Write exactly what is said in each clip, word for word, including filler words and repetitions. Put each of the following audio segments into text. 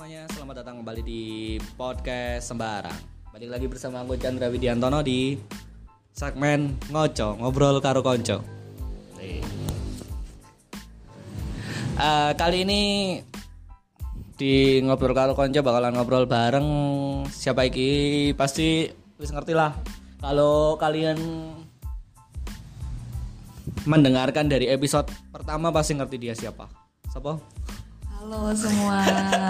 semuanya, selamat datang kembali di podcast Sembarang. Balik lagi bersama aku Chandra Widiantono di segmen Ngoco, Ngobrol Karo Konco. Uh, kali ini di Ngobrol Karo Konco bakalan ngobrol bareng siapa iki, pasti wis ngerti lah. Kalau kalian mendengarkan dari episode pertama pasti ngerti dia siapa. Siapa? Halo semua.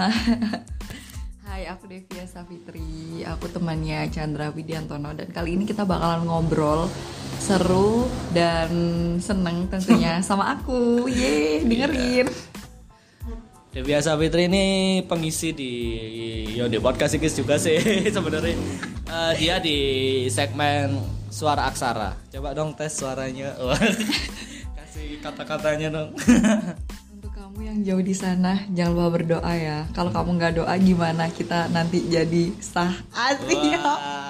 Hai, aku Devia Savitri. Aku temannya Chandra Widiantono dan kali ini kita bakalan ngobrol seru dan seneng tentunya sama aku. Yeay, dengerin. Devia Savitri ini pengisi di yo di podcast Ikis juga sih sebenarnya. Uh, dia di segmen Suara Aksara. Coba dong tes suaranya. Kasih kata-katanya dong. Kamu yang jauh di sana jangan lupa berdoa ya. Kalau kamu nggak doa gimana kita nanti jadi sah asik ya.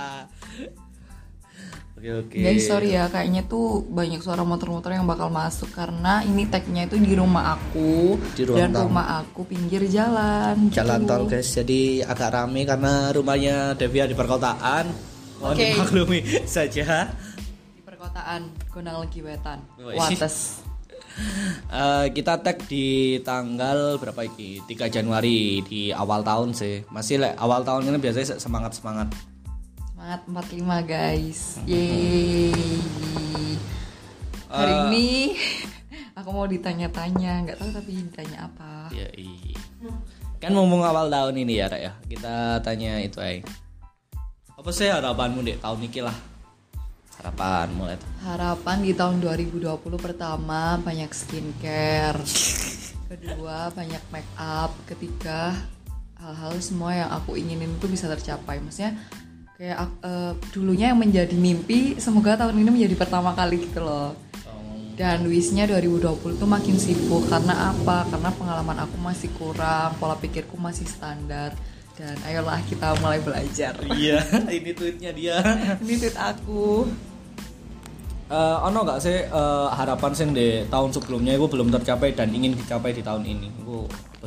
Oke oke. Guys sorry ya, kayaknya tuh banyak suara motor-motor yang bakal masuk karena ini tagnya itu di rumah aku di dan tamu. Rumah aku pinggir jalan. Jalan gitu. tol guys, jadi agak rame karena rumahnya Devia di perkotaan. Mohon okay. dimaklumi saja. Di perkotaan, Gondang Legi Wetan, Wates. Uh, kita tag di tanggal berapa iki? tiga Januari di awal tahun sih. Masih le, awal tahun ini biasanya semangat-semangat. Semangat empat puluh lima guys. Yeay. Hari uh, ini aku mau ditanya-tanya, enggak tahu tapi ditanya apa. Iya, iya. Kan ngomong awal tahun ini ya, Rek ya. Kita tanya itu aja. Apa sih harapanmu di tahun ini lah? Harapan mulai harapan di tahun dua ribu dua puluh pertama banyak skincare, kedua banyak make up, ketiga hal-hal semua yang aku inginin itu bisa tercapai. Maksudnya kayak uh, dulunya yang menjadi mimpi semoga tahun ini menjadi pertama kali gitu loh. Dan wishnya dua ribu dua puluh itu makin sibuk karena apa? Karena pengalaman aku masih kurang, pola pikirku masih standar. Dan ayolah kita mulai belajar. Iya, ini tweetnya dia. Ini tweet aku. Uh, ono nggak sih uh, harapan sih di tahun sebelumnya itu belum tercapai dan ingin dicapai di tahun ini? Itu apa?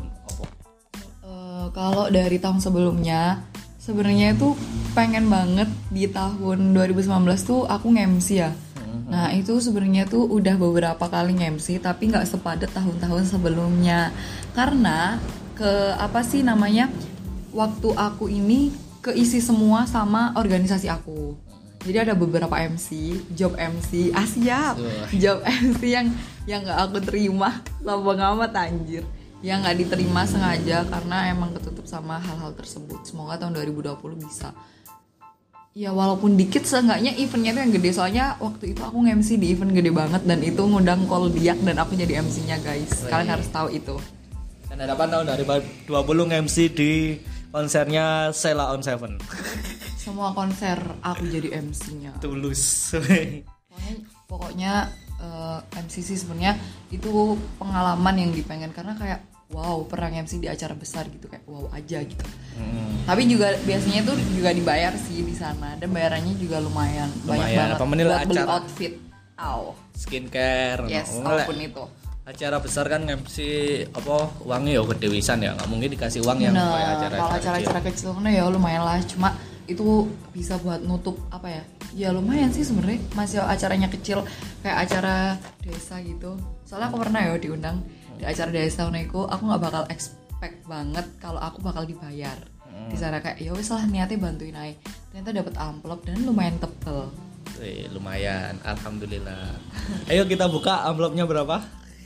Uh, kalau dari tahun sebelumnya, sebenarnya itu pengen banget di tahun dua ribu sembilan belas tuh aku nge-M C ya. Mm-hmm. Nah itu sebenarnya tuh udah beberapa kali nge-M C tapi nggak sepadat tahun-tahun sebelumnya. Karena ke apa sih namanya? Waktu aku ini keisi semua sama organisasi aku. Jadi ada beberapa M C, job M C, ah siap, job M C yang yang nggak aku terima, sombong amat anjir. Yang nggak diterima sengaja karena emang ketutup sama hal-hal tersebut. Semoga tahun dua ribu dua puluh bisa. Ya walaupun dikit, seenggaknya eventnya tuh yang gede. Soalnya waktu itu aku nge-M C di event gede banget dan itu ngundang Koldiak dan aku jadi M C-nya guys. Kalian harus tahu itu. Dan harapan tahun dua ribu dua puluh nge-M C di konsernya Sheila on Seven. Semua konser aku jadi M C-nya. Tulus. Pokoknya, pokoknya uh, M C sih sebenarnya itu pengalaman yang dipengen karena kayak wow pernah M C di acara besar gitu kayak wow aja gitu. Hmm. Tapi juga biasanya itu juga dibayar sih di sana dan bayarannya juga lumayan, lumayan banyak banget buat beli outfit. Aw. Skincare. Yes, apapun itu. Acara besar kan M C apa uangnya ya gede wisan ya, nggak mungkin dikasih uang yang nah, kayak acara kalau acara-acara kecil kan ya lumayan lah, cuma itu bisa buat nutup apa ya ya lumayan sih sebenarnya, masih acaranya kecil kayak acara desa gitu. Soalnya aku pernah ya diundang di acara desa itu, aku nggak bakal expect banget kalau aku bakal dibayar hmm. di sana, kayak ya wes lah niatnya bantuin aja, ternyata dapat amplop dan lumayan tebel. Wih, lumayan, alhamdulillah. Ayo kita buka amplopnya berapa?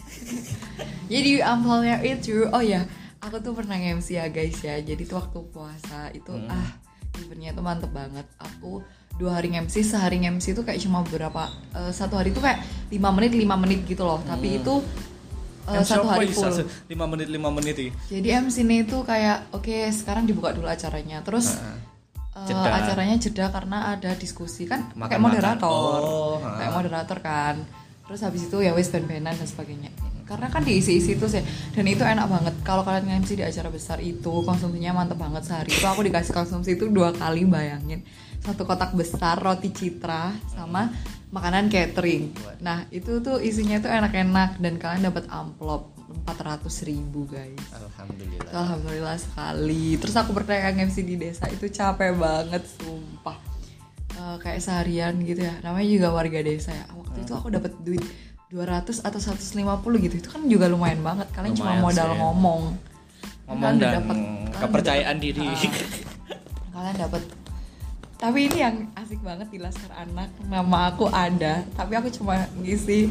Jadi amplopnya itu, oh ya, aku tuh pernah nge-M C ya guys ya. Jadi tuh waktu puasa itu hmm. ah eventnya tuh mantep banget. Aku dua hari nge-M C, sehari nge-M C tuh kayak cuma beberapa uh, satu hari tuh kayak lima menit lima menit gitu loh. Hmm. Tapi itu uh, satu hari full. lima menit lima menit sih. Jadi M C ini tuh kayak oke okay, sekarang dibuka dulu acaranya. Terus uh, uh, acaranya jeda karena ada diskusi kan makan, kayak moderator. Oh, kayak moderator kan. Terus habis itu ya wes band-bandan dan sebagainya. Karena kan diisi-isi tuh sih, dan itu enak banget. Kalau kalian nge-M C di acara besar itu konsumsinya mantep banget. Sehari itu aku dikasih konsumsi itu dua kali, bayangin. Satu kotak besar roti citra sama makanan catering. Nah itu tuh isinya tuh enak-enak dan kalian dapat amplop. empat ratus ribu guys. Alhamdulillah. Alhamdulillah sekali. Terus aku berkarya M C di desa itu capek banget sumpah. Uh, kayak seharian gitu ya. Namanya juga warga desa ya. Waktu hmm. itu aku dapat duit dua ratus atau seratus lima puluh gitu. Itu kan juga lumayan banget. Kalian lumayan cuma modal sih. ngomong. Ngomong dan dapet, kepercayaan dapet, diri. Uh, kalian dapat. Tapi ini yang asik banget di Laskar Anak. Nama aku ada, tapi aku cuma ngisi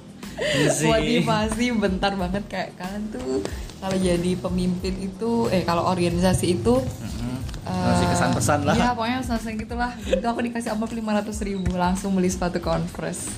motivasi bentar banget kayak kalian tuh kalau jadi pemimpin itu eh kalau organisasi itu mm-hmm. uh, kesan pesan lah. Iya pokoknya pesan gitu lah. Itu aku dikasih amplop lima ratus ribu langsung beli sepatu Converse.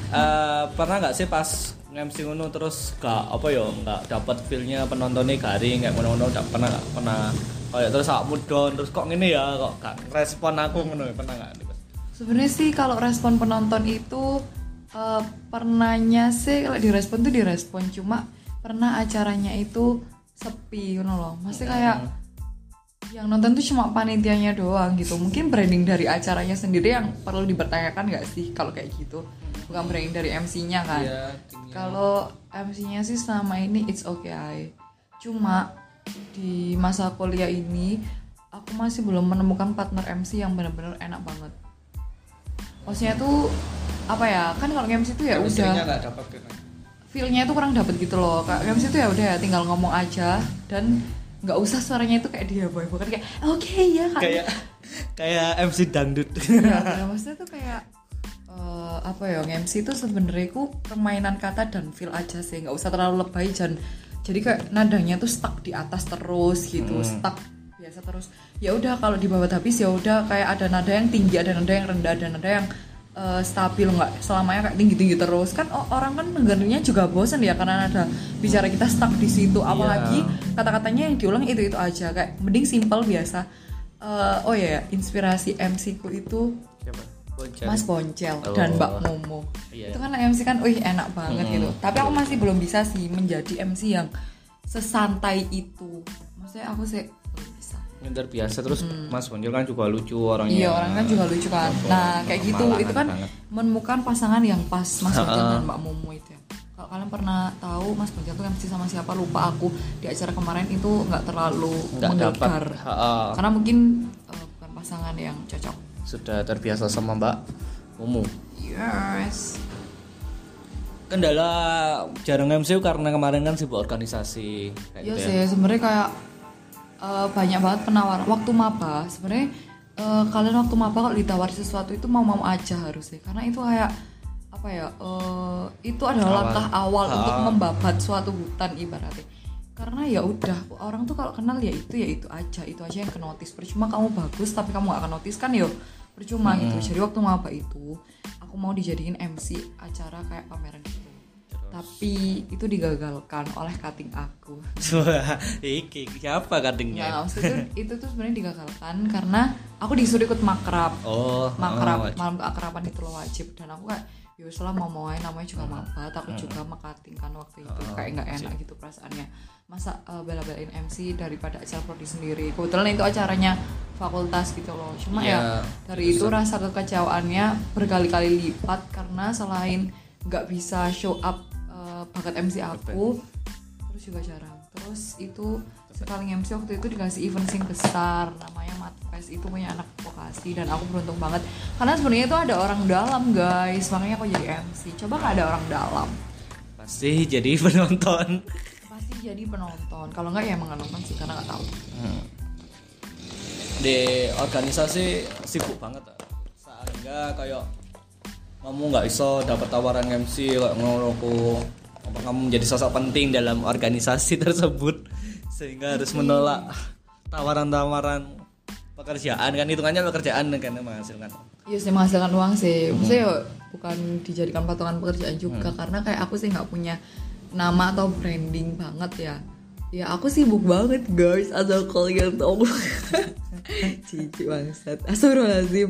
Uh, pernah nggak sih pas nge-M C ngono terus gak apa ya nggak dapat feel-nya penontonnya garing kayak ngono-ngono nggak pernah nggak pernah kayak terus aku down terus kok gini ya kok gak respon aku ngono pernah nggak? Sebenarnya sih kalau respon penonton itu Uh, pernahnya sih kalau direspon tuh direspon cuma pernah acaranya itu sepi you know loh masih kayak hmm. yang nonton tuh cuma panitianya doang gitu mungkin branding dari acaranya sendiri yang perlu dipertanyakan nggak sih kalau kayak gitu bukan branding dari M C-nya kan yeah, kalau M C-nya sih selama ini it's okay cuma di masa kuliah ini aku masih belum menemukan partner M C yang benar-benar enak banget maksudnya tuh apa ya kan kalau M C itu ya udah feel-nya itu kurang dapet gitu loh kak M C itu ya udah ya tinggal ngomong aja dan nggak usah suaranya itu kayak dia boy bukan kayak oke okay, ya kan kayak kayak M C dangdut ya, ya maksudnya tuh kayak uh, apa ya M C itu sebenarnya ku permainan kata dan feel aja sih nggak usah terlalu lebay dan jadi kayak nadanya tuh stuck di atas terus gitu hmm. stuck biasa terus ya udah kalau di bawah habis ya udah kayak ada nada yang tinggi ada nada yang rendah ada nada yang Uh, stabil nggak selamanya kayak tinggi-tinggi terus kan oh, orang kan dengarnya juga bosan ya karena ada bicara kita stuck di situ apalagi yeah. kata-katanya yang diulang itu-itu aja kayak mending simple biasa uh, oh ya yeah, inspirasi M C ku itu Poncel. Mas Poncel oh. dan Mbak Momo yeah. itu kan M C kan wih enak banget mm-hmm. gitu tapi aku masih belum bisa sih menjadi M C yang sesantai itu maksudnya aku sih yang biasa terus hmm. Mas Poncel kan juga lucu orangnya. Iya orang kan juga lucu kan. Nah kayak gitu itu kan banget. Menemukan pasangan yang pas Mas Poncel dan Mbak Momo itu ya. Kalau kalian pernah tahu Mas Poncel tuh M C sama siapa lupa aku di acara kemarin itu nggak terlalu menggelegar karena mungkin uh, bukan pasangan yang cocok. Sudah terbiasa sama Mbak Momo. Yes. Kendala jarang M C karena kemarin kan sibuk organisasi. Iya sih ya. Sebenarnya kayak Uh, banyak banget penawaran waktu maba sebenarnya uh, kalian waktu maba kalau ditawar sesuatu itu mau-mau aja harusnya karena itu kayak apa ya uh, itu adalah awal. langkah awal ha. untuk membabat suatu hutan ibaratnya karena ya udah orang tuh kalau kenal ya itu ya itu aja itu aja yang ke notice percuma kamu bagus tapi kamu gak ke notice kan yo percuma hmm. gitu jadi waktu maba itu aku mau dijadiin M C acara kayak pameran gitu tapi itu digagalkan oleh cutting aku. Iki siapa cuttingnya? Ya maksudnya itu, itu tuh sebenarnya digagalkan karena aku disuruh ikut makrab. Oh, makrab oh, malam keakraban itu lo wajib dan aku kayak ya setelah mau mauin namanya juga maba, aku juga makating kan waktu itu kayak nggak enak gitu perasaannya. Masa uh, bela-belain M C daripada acara prodi sendiri. Kebetulan itu acaranya fakultas gitu loh. Cuma yeah, ya dari itu rasa kekecewaannya berkali-kali lipat karena selain nggak bisa show up bakat M C aku terus juga jarang terus itu sekali M C waktu itu dikasih event sing besar namanya Matfest itu punya anak vokasi dan aku beruntung banget karena sebenarnya itu ada orang dalam guys makanya aku jadi M C coba nggak ada orang dalam pasti jadi penonton pasti jadi penonton kalau nggak ya emang nggak nonton sih karena nggak tahu hmm. Di organisasi sibuk banget sehingga kayak kamu nggak iso dapat tawaran M C kayak ngono kamu menjadi sosok penting dalam organisasi tersebut sehingga harus menolak tawaran-tawaran pekerjaan kan hitungannya pekerjaan kan menghasilkan. Iya sih menghasilkan uang sih. Maksudnya hmm. bukan dijadikan patongan pekerjaan juga hmm. karena kayak aku sih nggak punya nama atau branding banget ya. Ya aku sibuk banget guys asal kalian tahu. Cici bangsat. Astagfirullahaladzim.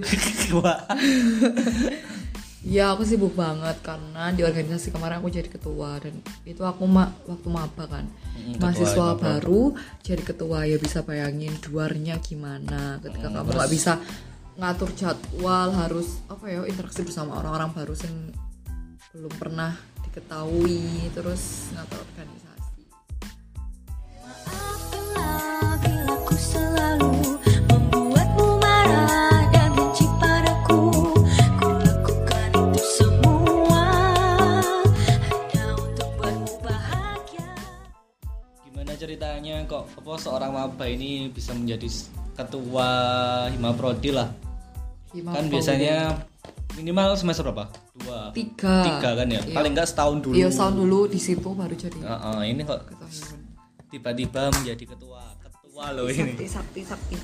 Ya aku sibuk banget karena di organisasi kemarin aku jadi ketua dan itu aku ma- waktu maba kan hmm, mahasiswa baru jadi ketua ya bisa bayangin duarnya gimana ketika hmm, kamu nggak bisa ngatur jadwal harus apa ya interaksi bersama orang-orang baru yang belum pernah diketahui terus ngatur organisasi ceritanya kok apa seorang maba ini bisa menjadi ketua Hima Prodi lah. Hima Kan Prodi. biasanya minimal semester berapa? Dua. Tiga. Tiga kan ya. Iya. Paling enggak setahun dulu. Iya, setahun dulu di situ baru jadi. Heeh, ini kok ketua himpunan. tiba-tiba menjadi ketua. Ketua loh ini. Sakti, sakti, sakti.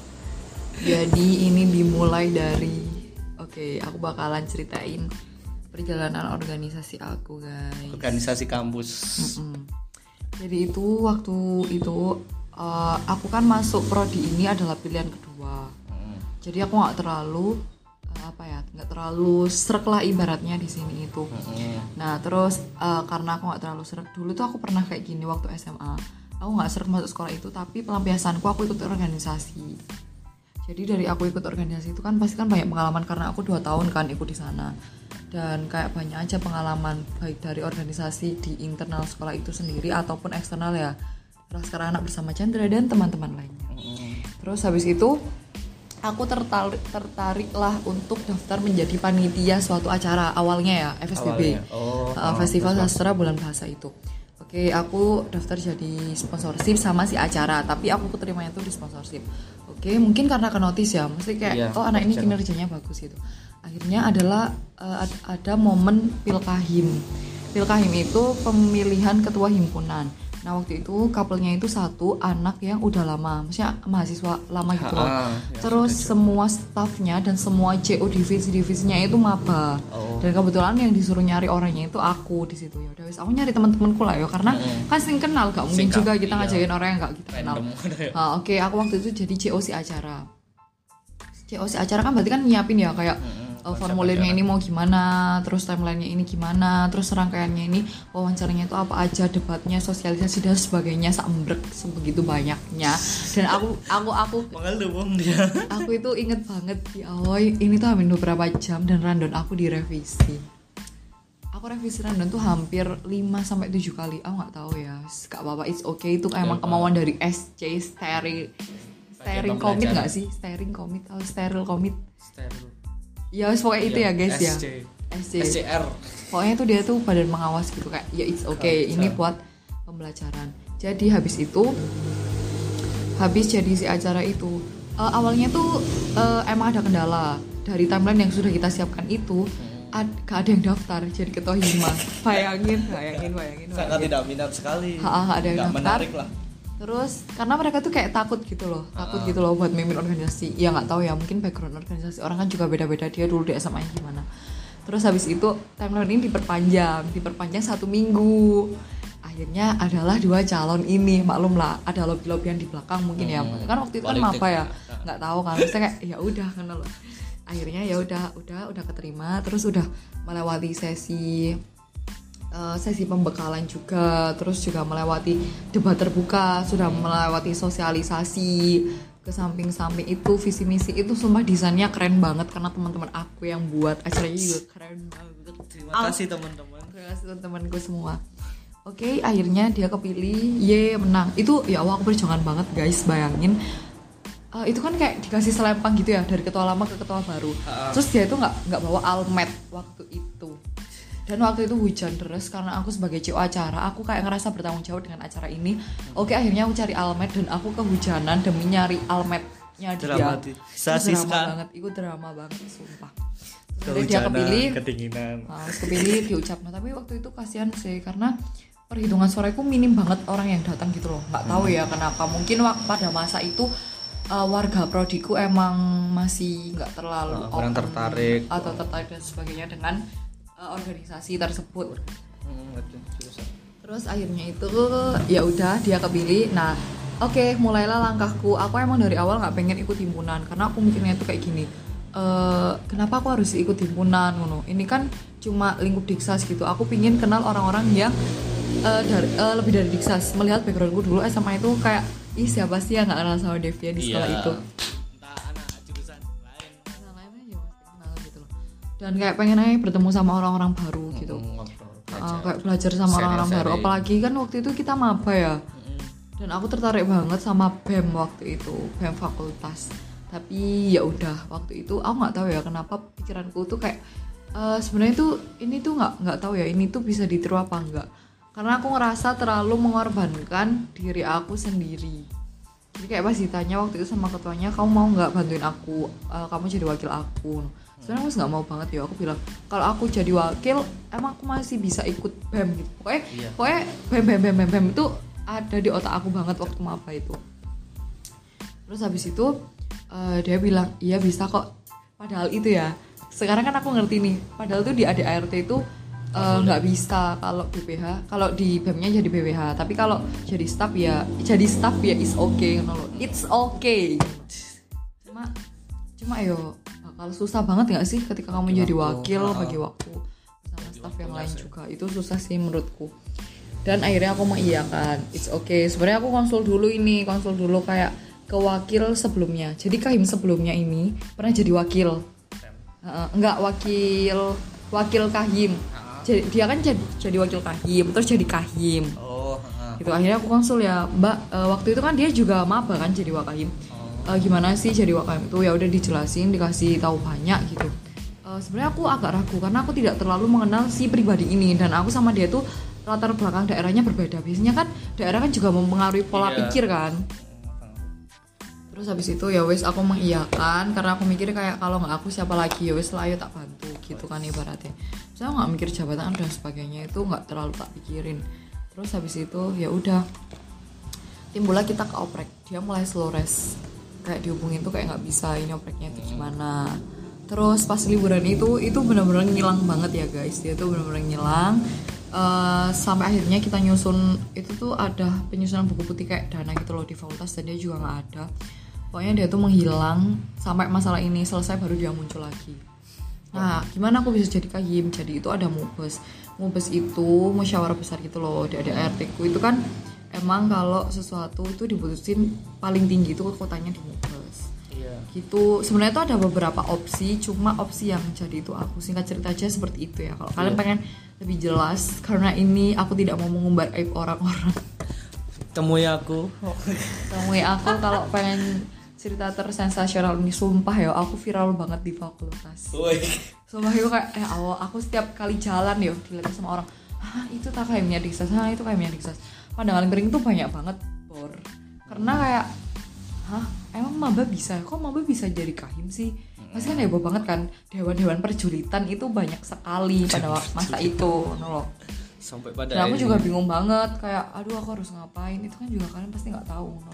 Jadi ini dimulai dari, oke, aku bakalan ceritain perjalanan organisasi aku, guys. Organisasi kampus. Mm-mm. Jadi itu waktu itu uh, aku kan masuk prodi ini adalah pilihan kedua. Mm. Jadi aku nggak terlalu uh, apa ya, nggak terlalu srek lah ibaratnya di sini itu. Mm. Nah terus uh, karena aku nggak terlalu srek dulu tuh aku pernah kayak gini waktu S M A. Aku nggak srek masuk sekolah itu, tapi pelampiasanku aku ikut organisasi. Jadi dari aku ikut organisasi itu kan pasti kan banyak pengalaman karena aku dua tahun kan ikut di sana. Dan kayak banyak aja pengalaman baik dari organisasi di internal sekolah itu sendiri ataupun eksternal ya. Terus sekarang anak bersama Chandra dan teman-teman lainnya. Terus habis itu aku tertarik tertarik lah untuk daftar menjadi panitia suatu acara awalnya ya F S B B. Oh, Uh, oh, Festival terus, Sastra Bulan Bahasa itu. Oke, aku daftar jadi sponsorship sama si acara, tapi aku keterimanya tuh di sponsorship. Oke, mungkin karena ke notice ya, mesti kayak Iya, oh anak ini kerjaan. kinerjanya bagus gitu. Akhirnya adalah uh, ad- ada momen Pilkahim. Pilkahim itu pemilihan ketua himpunan. Nah waktu itu couple-nya itu satu anak yang udah lama, maksudnya mahasiswa lama gitu loh. Ah, ya, Terus sudah, semua staffnya dan semua C O divisi-divisinya itu maba. Oh. Dan kebetulan yang disuruh nyari orangnya itu aku di situ ya. Udah wis aku nyari teman-temanku lah ya karena Mm-hmm. kan sing kenal gak mungkin Sing juga kap- kita iya. ngajakin orang yang gak kita kenal. Random. Ah, Oke, aku waktu itu jadi C O si acara. C O si acara kan berarti kan nyiapin ya kayak Mm-mm, uh, konsep formulirnya acara. ini mau gimana, terus timelinenya ini gimana, terus rangkaiannya ini wawancaranya itu apa aja, debatnya, sosialisasi dan sebagainya, sambrek sebegitu banyaknya. Dan aku aku aku Mengeluh Bang, dia. aku itu inget banget di awal ini tuh hampir beberapa jam dan rundown aku direvisi. Aku revisi rundown tuh hampir lima sampai tujuh kali. Aku nggak tahu ya, gak apa-apa, it's okay. Itu emang kemauan dari S C steering steering commit nggak sih? Steering commit atau sterile commit? Steril. Ya wis pokoknya itu ya guys ya. S C. S C. S C R. Pokoknya tuh dia tuh badan pengawas gitu kayak ya it's okay. Culture. Ini buat pembelajaran. Jadi habis itu habis jadi si acara itu uh, awalnya tuh uh, emang ada kendala dari timeline yang sudah kita siapkan itu. Ad, gak ada yang daftar jadi ketua hima. Bayangin, bayangin, bayangin. Sangat bayangin. tidak minat sekali. Ha, ha, ada yang Nggak daftar. menarik lah. Terus karena mereka tuh kayak takut gitu loh, takut gitu loh buat mimpin organisasi. Ya nggak tahu ya, mungkin background organisasi orang kan juga beda-beda, dia dulu di S M A gimana. Terus habis itu timeline ini diperpanjang, diperpanjang satu minggu. Akhirnya adalah dua calon ini, maklum lah, ada lobby-lobbyan di belakang mungkin ya. Hmm, Kan waktu itu kan politik. apa ya, nggak tahu kan. Terus kayak ya udah kan loh. Akhirnya ya udah, udah, udah keterima. Terus udah melewati sesi Uh, sesi pembekalan juga, terus juga melewati debat terbuka, sudah melewati sosialisasi ke samping-samping itu, visi misi itu sumpah desainnya keren banget karena teman-teman aku yang buat acaranya juga keren banget. Terima kasih teman-teman. Terima kasih teman-temanku semua. Oke, akhirnya dia kepilih, ye menang. Itu ya Allah aku perjuangan banget guys, bayangin. Uh, itu kan kayak dikasih selempang gitu ya dari ketua lama ke ketua baru. Ha-ha. Terus dia itu nggak nggak bawa almet waktu itu. Dan waktu itu hujan deras karena aku sebagai C O acara, aku kayak ngerasa bertanggung jawab dengan acara ini. Oke, akhirnya aku cari almet dan aku kehujanan demi nyari almetnya dia. Dramatisasi Itu drama sekali. banget, itu drama banget sumpah. Terus dia kepilih, kedinginan. nah, terus kepilih diucapkan. Tapi waktu itu kasihan sih karena perhitungan suaraku minim banget orang yang datang gitu loh. Nggak tahu ya kenapa. Mungkin wak- pada masa itu uh, warga prodiku emang masih nggak terlalu Uh, kurang open tertarik. atau tertarik dan sebagainya dengan uh, organisasi tersebut. Hmm, betul, jurusan. Terus akhirnya itu ya udah dia kepilih. Nah, oke, mulailah langkahku. Aku emang dari awal nggak pengen ikut himpunan karena aku mikirnya itu kayak gini. Uh, kenapa aku harus ikut himpunan ngono? Ini kan cuma lingkup Diksas gitu. Aku pingin kenal orang-orang yang uh, dari uh, lebih dari Diksas. Melihat backgroundku dulu S M A itu kayak ih siapa sih yang nggak kenal sama Devia di sekolah Iya. itu? Entah anak jurusan lain. Kenal aja pasti kenal gitu loh. Dan kayak pengen aja bertemu sama orang-orang baru gitu. Hmm, ngobrol, Uh, belajar. kayak belajar sama orang-orang baru. Sharing-sharing. Apalagi kan waktu itu kita maba ya. Mm-mm. Dan aku tertarik banget sama B E M waktu itu, B E M fakultas. Tapi ya udah waktu itu aku nggak tahu ya kenapa pikiranku tuh kayak uh, sebenarnya tuh ini tuh nggak nggak tahu ya ini tuh bisa ditiru apa enggak. karena aku ngerasa terlalu mengorbankan diri aku sendiri. Jadi kayak pas ditanya waktu itu sama ketuanya, kamu mau nggak bantuin aku, uh, kamu jadi wakil aku. Sebenarnya aku nggak mau banget ya, aku bilang kalau aku jadi wakil emang aku masih bisa ikut B E M gitu. Pokoknya, iya. pokoknya B E M, B E M, B E M, B E M itu ada di otak aku banget waktu maba itu. Terus habis itu uh, dia bilang iya bisa kok. Padahal itu ya, sekarang kan aku ngerti nih, padahal tuh di A D A R T itu nggak uh, bisa kalau B P H, kalau di B E M-nya jadi B P H, tapi kalau jadi staff ya jadi staff ya is okay, it's okay. Cuma cuma yo bakal susah banget nggak sih ketika kamu jadi wakil oh, bagi waktu sama staff yang lain juga, itu susah sih menurutku. Dan akhirnya aku mengiyakan, it's okay. Sebenarnya aku konsul dulu ini, konsul dulu kayak ke wakil sebelumnya. Jadi Kahim sebelumnya ini pernah jadi wakil. Uh, enggak wakil wakil Kahim. Jadi dia kan jadi, jadi wakil Kahim, terus jadi Kahim. Oh, uh, gitu. Akhirnya aku konsul ya, Mbak. Uh, waktu itu kan dia juga maba kan jadi wakahim. Uh, gimana sih jadi wakahim itu? Ya udah dijelasin, dikasih tahu banyak gitu. Uh, Sebenarnya aku agak ragu karena aku tidak terlalu mengenal si pribadi ini, dan aku sama dia tuh latar belakang daerahnya berbeda. Biasanya kan daerah kan juga mempengaruhi pola yeah. pikir kan. Terus habis itu ya wes aku mengiyakan karena aku mikir kayak kalau nggak aku siapa lagi, ya wes lah ayo tak bantu gitu kan ibaratnya. Saya nggak mikir jabatan dan sebagainya, itu nggak terlalu tak pikirin. Terus habis itu ya udah timbullah kita ke oprek, dia mulai slow rest, kayak dihubungin tuh kayak nggak bisa, ini opreknya itu gimana. Terus pas liburan itu itu benar-benar ngilang banget ya guys, dia tuh benar-benar ngilang. Uh, sampai akhirnya kita nyusun itu tuh ada penyusunan buku putih kayak dana gitu loh di fakultas, dan dia juga nggak ada. Pokoknya dia tuh menghilang sampai masalah ini selesai baru dia muncul lagi. Nah, gimana aku bisa jadi Kahim? Jadi itu ada mubes. Mubes itu musyawarah besar gitu loh di A D A R T ku. Itu kan emang kalau sesuatu itu diputusin paling tinggi itu kotanya di mubes. Iya. Gitu. Sebenarnya itu ada beberapa opsi, cuma opsi yang jadi itu aku. Singkat cerita aja seperti itu ya. Kalau iya. kalian pengen lebih jelas, karena ini aku tidak mau mengumbar aib orang-orang. Temui aku. Temui aku kalau pengen cerita tersensasional ini, sumpah ya aku viral banget di fakultas. Woi. Sumpah itu kayak eh awal aku setiap kali jalan ya dilihat sama orang, ah itu tak Kahimnya Diksas, ah itu Kahimnya Diksas. Pandangan miring tuh banyak banget bor. Karena kayak hah emang maba bisa, kok maba bisa jadi Kahim sih? Pasti kan heboh banget kan, dewan-dewan perjulitan itu banyak sekali pada waktu masa itu, no. Sampai pada dan aku juga bingung banget kayak aduh aku harus ngapain, itu kan juga kalian pasti nggak tahu, no.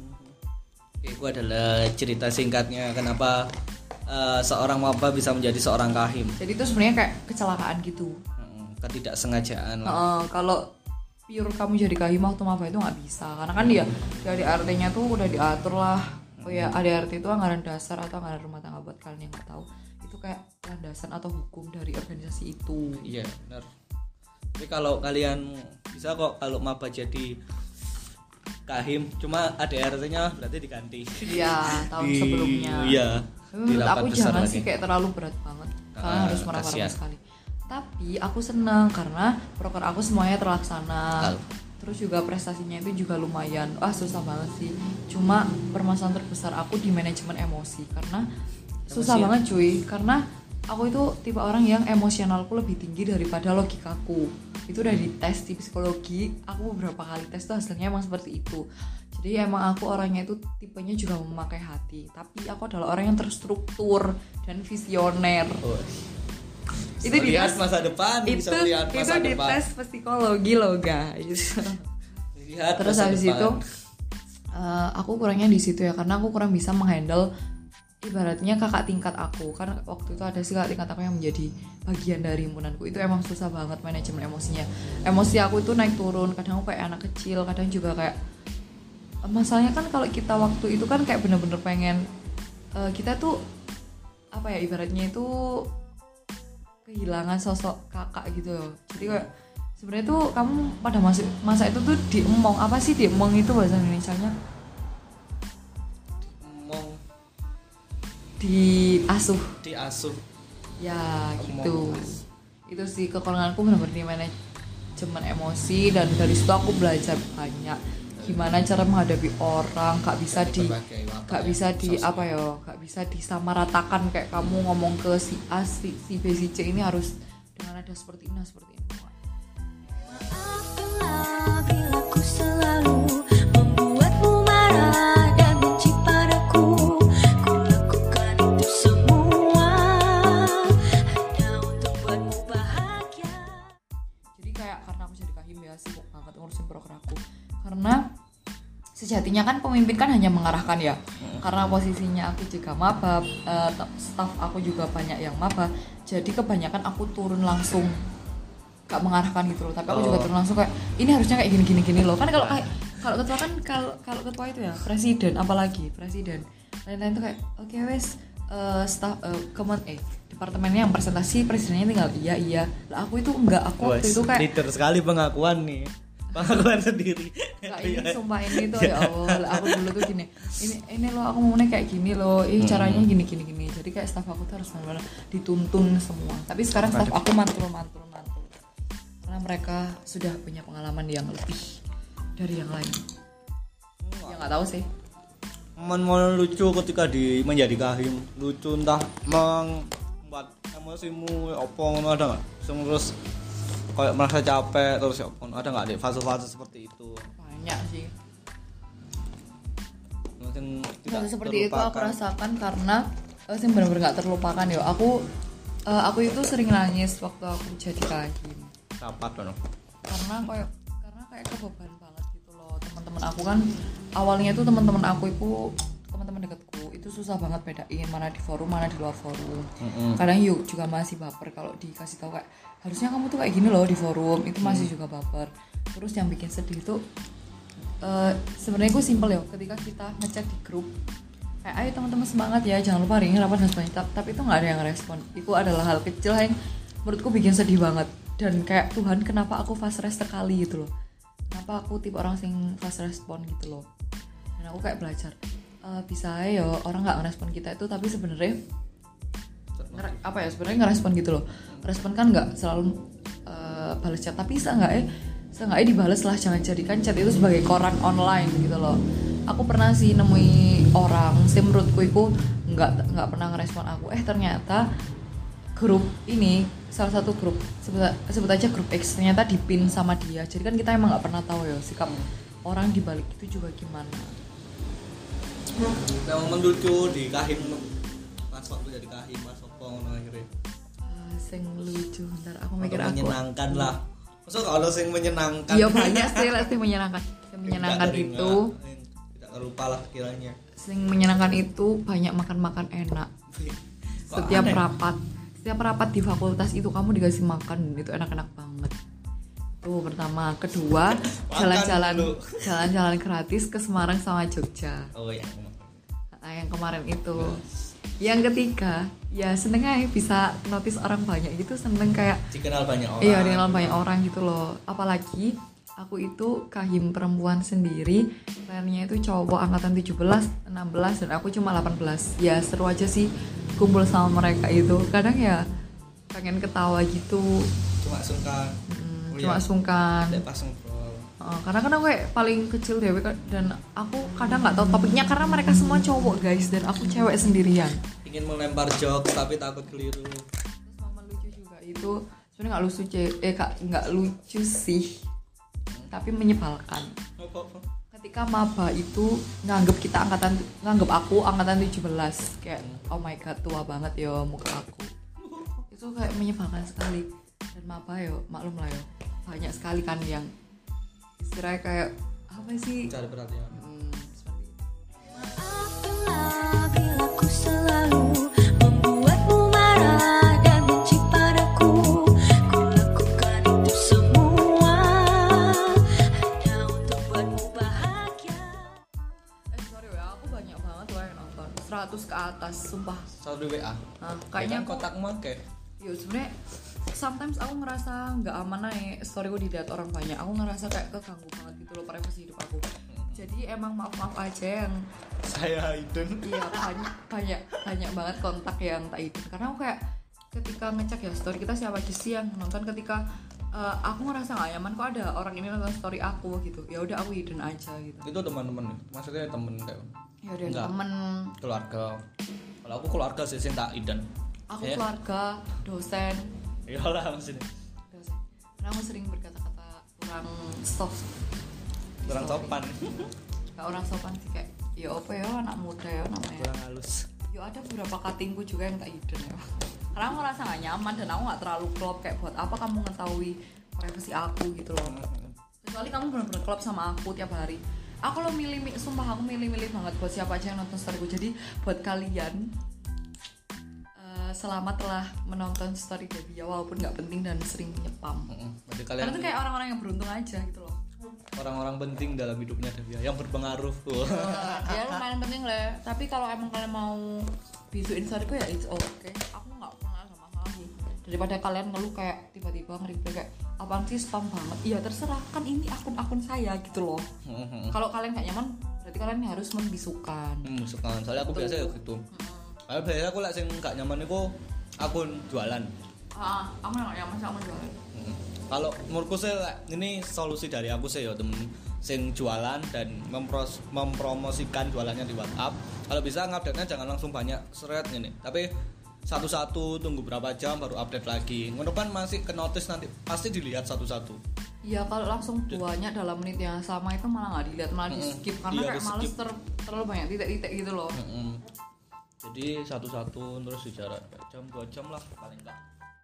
Itu adalah cerita singkatnya kenapa uh, seorang maba bisa menjadi seorang Kahim. Jadi itu sebenarnya kayak kecelakaan gitu, hmm, ketidaksengajaan lah. Uh, kalau pure kamu jadi Kahim waktu maba itu nggak bisa, karena kan dia dari artinya tuh udah diatur lah. Oh ya, A D A R T itu anggaran dasar atau anggaran rumah tangga buat kalian yang nggak tahu. Itu kayak landasan atau hukum dari organisasi itu. Iya benar. Tapi kalau kalian bisa kok kalau maba jadi Kahim, cuma A D A R T-nya berarti diganti. Iya, tahun di, sebelumnya. Iya. Menurut aku jangan lagi. Sih kayak terlalu berat banget. Kalian uh, harus meraba-raba sekali. Tapi aku senang karena proker aku semuanya terlaksana. Kal- Terus juga prestasinya itu juga lumayan. Wah, susah banget sih. Cuma permasalahan terbesar aku di manajemen emosi, karena susah emosi banget cuy. Karena aku itu tipe orang yang emosionalku lebih tinggi daripada logikaku. Itu udah dites di psikologi, aku beberapa kali tes tuh hasilnya emang seperti itu. Jadi emang aku orangnya itu tipenya juga memakai hati, tapi aku adalah orang yang terstruktur dan visioner. Oh. Itu di tes masa depan, itu, bisa melihat masa itu depan. Itu di tes psikologi loh guys. Lihat terus habis depan. Itu uh, aku kurangnya di situ ya, karena aku kurang bisa menghandle ibaratnya kakak tingkat aku. Kan waktu itu ada sih kakak tingkat aku yang menjadi bagian dari himpunanku. Itu emang susah banget manajemen emosinya. Emosi aku itu naik turun, kadang aku kayak anak kecil, kadang juga kayak masalahnya kan kalau kita waktu itu kan kayak bener-bener pengen uh, kita tuh apa ya ibaratnya itu kehilangan sosok kakak gitu loh. Jadi kayak sebenarnya tuh kamu pada masa masa itu tuh diemong, apa sih diemong itu bahasa Indonesianya? Diemong. Diasuh. Diasuh. Ya gitu. Itu sih kekuranganku benar-benar di manajemen emosi, dan dari situ aku belajar banyak. Gimana cara menghadapi orang, gak bisa di gak bisa di apa ya gak bisa disamaratakan kayak kamu ngomong ke si A, si, si B, si C ini harus dengan nada seperti ini, seperti ini. kayak karena aku jadi kahim ya sibuk banget ngurusin proker aku. Karena sejatinya kan pemimpin kan hanya mengarahkan ya. Hmm. Karena posisinya aku juga maba, uh, staff aku juga banyak yang maba. Jadi kebanyakan aku turun langsung, gak mengarahkan gitu loh. Tapi aku oh. juga turun langsung kayak ini harusnya kayak gini gini gini loh. Kan kalau kayak kalau ketua kan kalau kalau ketua itu ya presiden, apalagi presiden. Lain-lain tuh kayak oke okay, wes uh, staff uh, kemen eh departemennya yang presentasi presidennya tinggal iya iya. Lah aku itu enggak, aku waktu itu kayak leader sekali pengakuan nih. Pengakuan sendiri. Kak ini sumpah ini tuh ya Allah, aku dulu tuh gini. Ini ini loh aku ngomongnya kayak gini loh. Ih hmm. caranya gini gini gini. Jadi kayak staff aku tuh harus benar-benar dituntun semua. Tapi sekarang staff aku mantul mantul mantul. Karena mereka sudah punya pengalaman yang lebih dari yang lain. Ya enggak tahu sih. Momen lucu ketika di menjadi kahim. Lucu entah membuat emosimu apa ngono ada enggak? Terus kayak merasa capek terus ya ada nggak deh fase-fase seperti itu? Banyak sih. Mungkin tidak seperti terlupakan. Itu aku rasakan karena uh, sih benar-benar nggak terlupakan ya. Aku uh, aku itu sering nangis waktu aku jadi kahim. Rapat dong. Karena kayak karena kayak kebeban banget gitu loh. Teman-teman aku kan awalnya itu teman-teman aku itu teman-teman dekatku itu susah banget bedain mana di forum mana di luar forum. Mm-hmm. Kadang yuk juga masih baper kalau dikasih tahu kayak harusnya kamu tuh kayak gini loh di forum itu masih mm. juga baper. Terus yang bikin sedih tuh uh, sebenarnya gue simpel ya ketika kita ngechat di grup kayak ayo teman-teman semangat ya jangan lupa ring rapat dan sebagainya tapi itu nggak ada yang respon. Itu adalah hal kecil yang menurutku bikin sedih banget dan kayak Tuhan kenapa aku fast rest sekali gitu loh. Kenapa aku tipe orang sing fast respon gitu loh. Dan aku kayak belajar Uh, bisa ya orang nggak ngerespon kita itu tapi sebenarnya nger- apa ya sebenarnya ngerespon gitu loh. Respon kan nggak selalu uh, balas chat tapi seenggaknya seenggaknya dibales lah, jangan jadikan chat itu sebagai koran online gitu loh. Aku pernah sih nemui orang sih menurutku itu nggak nggak pernah ngerespon aku, eh ternyata grup ini salah satu grup sebut, sebut aja grup X ternyata dipin sama dia. Jadi kan kita emang nggak pernah tahu ya sikap orang di balik itu juga gimana. Nah, momen lucu di kahim pas waktu jadi kahim mas opo ngono akhirnya. Uh, sing lucu ntar aku mikir aku menyenangkan lah. Masa kalau sing menyenangkan. Iya banyak sih lah sing menyenangkan. Sing menyenangkan itu tidak terlupa lah kiranya. Sing menyenangkan itu banyak makan-makan enak. Setiap aneh? rapat, setiap rapat di fakultas itu kamu dikasih makan itu enak-enak banget. Tuh pertama, kedua jalan-jalan jalan-jalan gratis ke Semarang sama Jogja. Oh yang nah, yang kemarin itu. Yang ketiga, ya seneng aja bisa notice orang banyak gitu, seneng kayak dikenal banyak orang. Iya, dikenal banyak orang gitu loh. Apalagi aku itu kahim perempuan sendiri, lainnya itu cowok angkatan tujuh belas, enam belas dan aku cuma delapan belas. Ya seru aja sih kumpul sama mereka itu. Kadang ya pengen ketawa gitu. Cuma sungkan. Hmm, cuma sungkan. Tidak pas ngobrol. Uh, karena kadang gue paling kecil deh dan aku kadang nggak tahu topiknya karena mereka semua cowok guys dan aku cewek sendirian. Ingin melempar jokes tapi takut keliru. Terus momen lucu juga itu sebenarnya nggak lucu eh kak nggak lucu sih tapi menyebalkan. Ketika maba itu nganggep kita angkatan nganggep aku angkatan tujuh belas kayak oh my god tua banget ya muka aku. Itu kayak menyebalkan sekali. Dan maba yo maklum lah yo banyak sekali kan yang istilahnya kayak apa sih cari perhatian hmm, seperti itu. Maafkanlah bila ku selalu membuatmu marah dan benci padaku. Ku lakukan itu semua hanya untuk buatmu bahagia. Eh sorry ya aku banyak banget loh yang nonton seratus ke atas sumpah. Satu W A Nah, kayaknya kan kotak make yo sebenarnya sometimes aku ngerasa nggak aman naik story gue dilihat orang banyak, aku ngerasa kayak keganggu banget gitu loh privasi hidup aku. Jadi emang maaf maaf aja yang saya hidden. Iya banyak banyak banyak banget kontak yang tak hidden karena aku kayak ketika ngecek ya story kita siapa aja sih yang nonton, ketika uh, aku ngerasa nggak nyaman kok ada orang ini nonton story aku gitu, ya udah aku hidden aja gitu. Itu teman-teman maksudnya temen kayak ya udah temen keluarga. Kalau aku keluarga sih sih tak hidden. Aku ya. Keluarga, dosen. Iyalah maksudnya. Dosen. Karena aku sering berkata-kata kurang soft. Kurang sopan. Gak orang sopan sih kayak ya apa ya anak muda ya namanya. Kurang halus. Yo ada beberapa cuttingku juga yang tak hidden ya. Karena aku ngerasa gak nyaman dan aku gak terlalu klop kayak buat apa kamu ngetahui privasi aku gitu loh. Kecuali kamu benar-benar klop sama aku tiap hari. Aku lo milih, sumpah aku milih-milih banget buat siapa aja yang nonton storyku. Jadi buat kalian uh, selamat telah menonton story Devia walaupun nggak penting dan sering nyepam. Berarti kalian Karena tuh kayak orang-orang yang beruntung aja gitu loh. orang-orang penting dalam hidupnya Devia yang berpengaruh. Ya lumayan penting lah. Tapi kalau emang kalian mau visuin storyku ya it's okay. Aku nggak pernah sama masalah sih. Daripada kalian ngeluh kayak tiba-tiba nge-reply kayak apaan sih spam banget. Iya terserah, kan ini akun-akun saya gitu loh. Kalau kalian nggak nyaman berarti kalian harus membisukan. Membisukan. Soalnya aku biasa ya gitu. Kalau biasa aku lah sing nggak nyaman itu akun jualan. Ah, aku nggak nyaman sama jualan. Kalau menurutku sih ini solusi dari aku sih ya temen sing jualan dan mempros, mempromosikan jualannya di WhatsApp. Kalau bisa ngupdate-nya jangan langsung banyak seret gini. Tapi satu-satu tunggu berapa jam baru update lagi. Ngono kan masih ke notice nanti pasti dilihat satu-satu. Iya kalau langsung banyak dalam menit yang sama itu malah nggak dilihat, malah di skip karena iya, kayak males ter, terlalu banyak titik-titik gitu loh. Mm-hmm. Jadi satu-satu terus bicara jam dua jam lah paling enggak.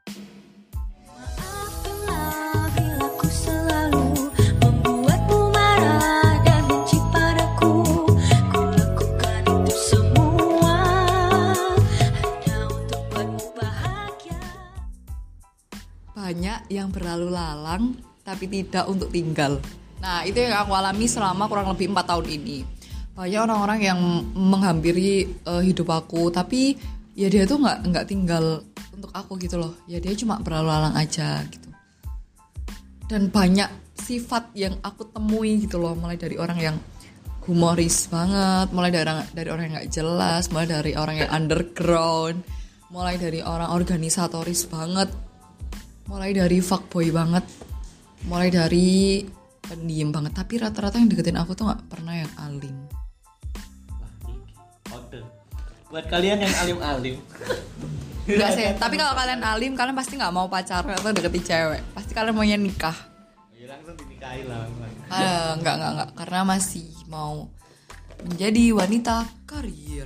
Maafkanlah bila ku selalu membuatmu marah dan benci padaku. Ku lakukan itu semua hanya untuk buatmu bahagia. Banyak yang berlalu lalang tapi tidak untuk tinggal. Nah itu yang aku alami selama kurang lebih empat tahun ini. Banyak orang-orang yang menghampiri uh, hidup aku tapi ya dia tuh nggak nggak tinggal untuk aku gitu loh. Ya dia cuma berlalu lalang aja gitu. Dan banyak sifat yang aku temui gitu loh, mulai dari orang yang humoris banget, mulai dari orang, dari orang yang nggak jelas, mulai dari orang yang underground, mulai dari orang organisatoris banget, mulai dari fuckboy banget, mulai dari pendiam banget. Tapi rata-rata yang deketin aku tuh nggak pernah yang alim. Kode buat kalian yang alim-alim. Enggak sih, tapi kalau kalian alim, kalian pasti nggak mau pacaran atau deketin cewek. Pasti kalian maunya nikah. Ya langsung dinikahi lah. Uh, enggak, enggak, enggak. Karena masih mau menjadi wanita karir.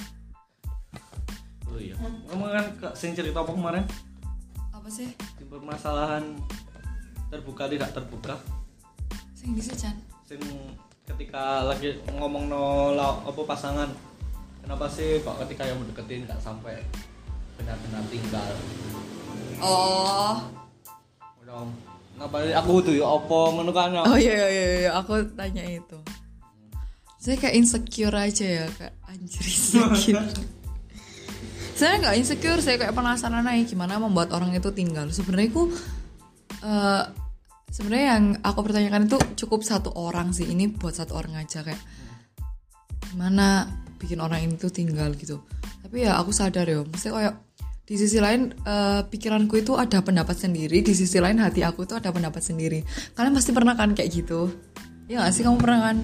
Oh iya. Ngomong kan Kak sing cerita apa kemarin? Apa sih? Di permasalahan terbuka tidak terbuka. Sing bisa Chan. Sing ketika lagi ngomong no apa pasangan. Kenapa sih kok ketika yang mendeketin nggak sampai benar-benar tinggal? Oh. Dong. Ngapain aku tuh ya apa ngono kan ya? Oh iya iya iya, aku tanya itu. Saya kayak insecure aja ya, kayak anjir insecure. Saya nggak insecure, saya kayak penasaran aja gimana membuat orang itu tinggal. Sebenarnya aku uh, sebenarnya yang aku pertanyakan itu cukup satu orang sih. Ini buat satu orang aja kayak gimana bikin orang ini tuh tinggal gitu. Tapi ya aku sadar ya, maksudnya kayak di sisi lain uh, pikiranku itu ada pendapat sendiri, di sisi lain hati aku itu ada pendapat sendiri. Kalian pasti pernah kan kayak gitu? Ya nggak sih, kamu pernah kan?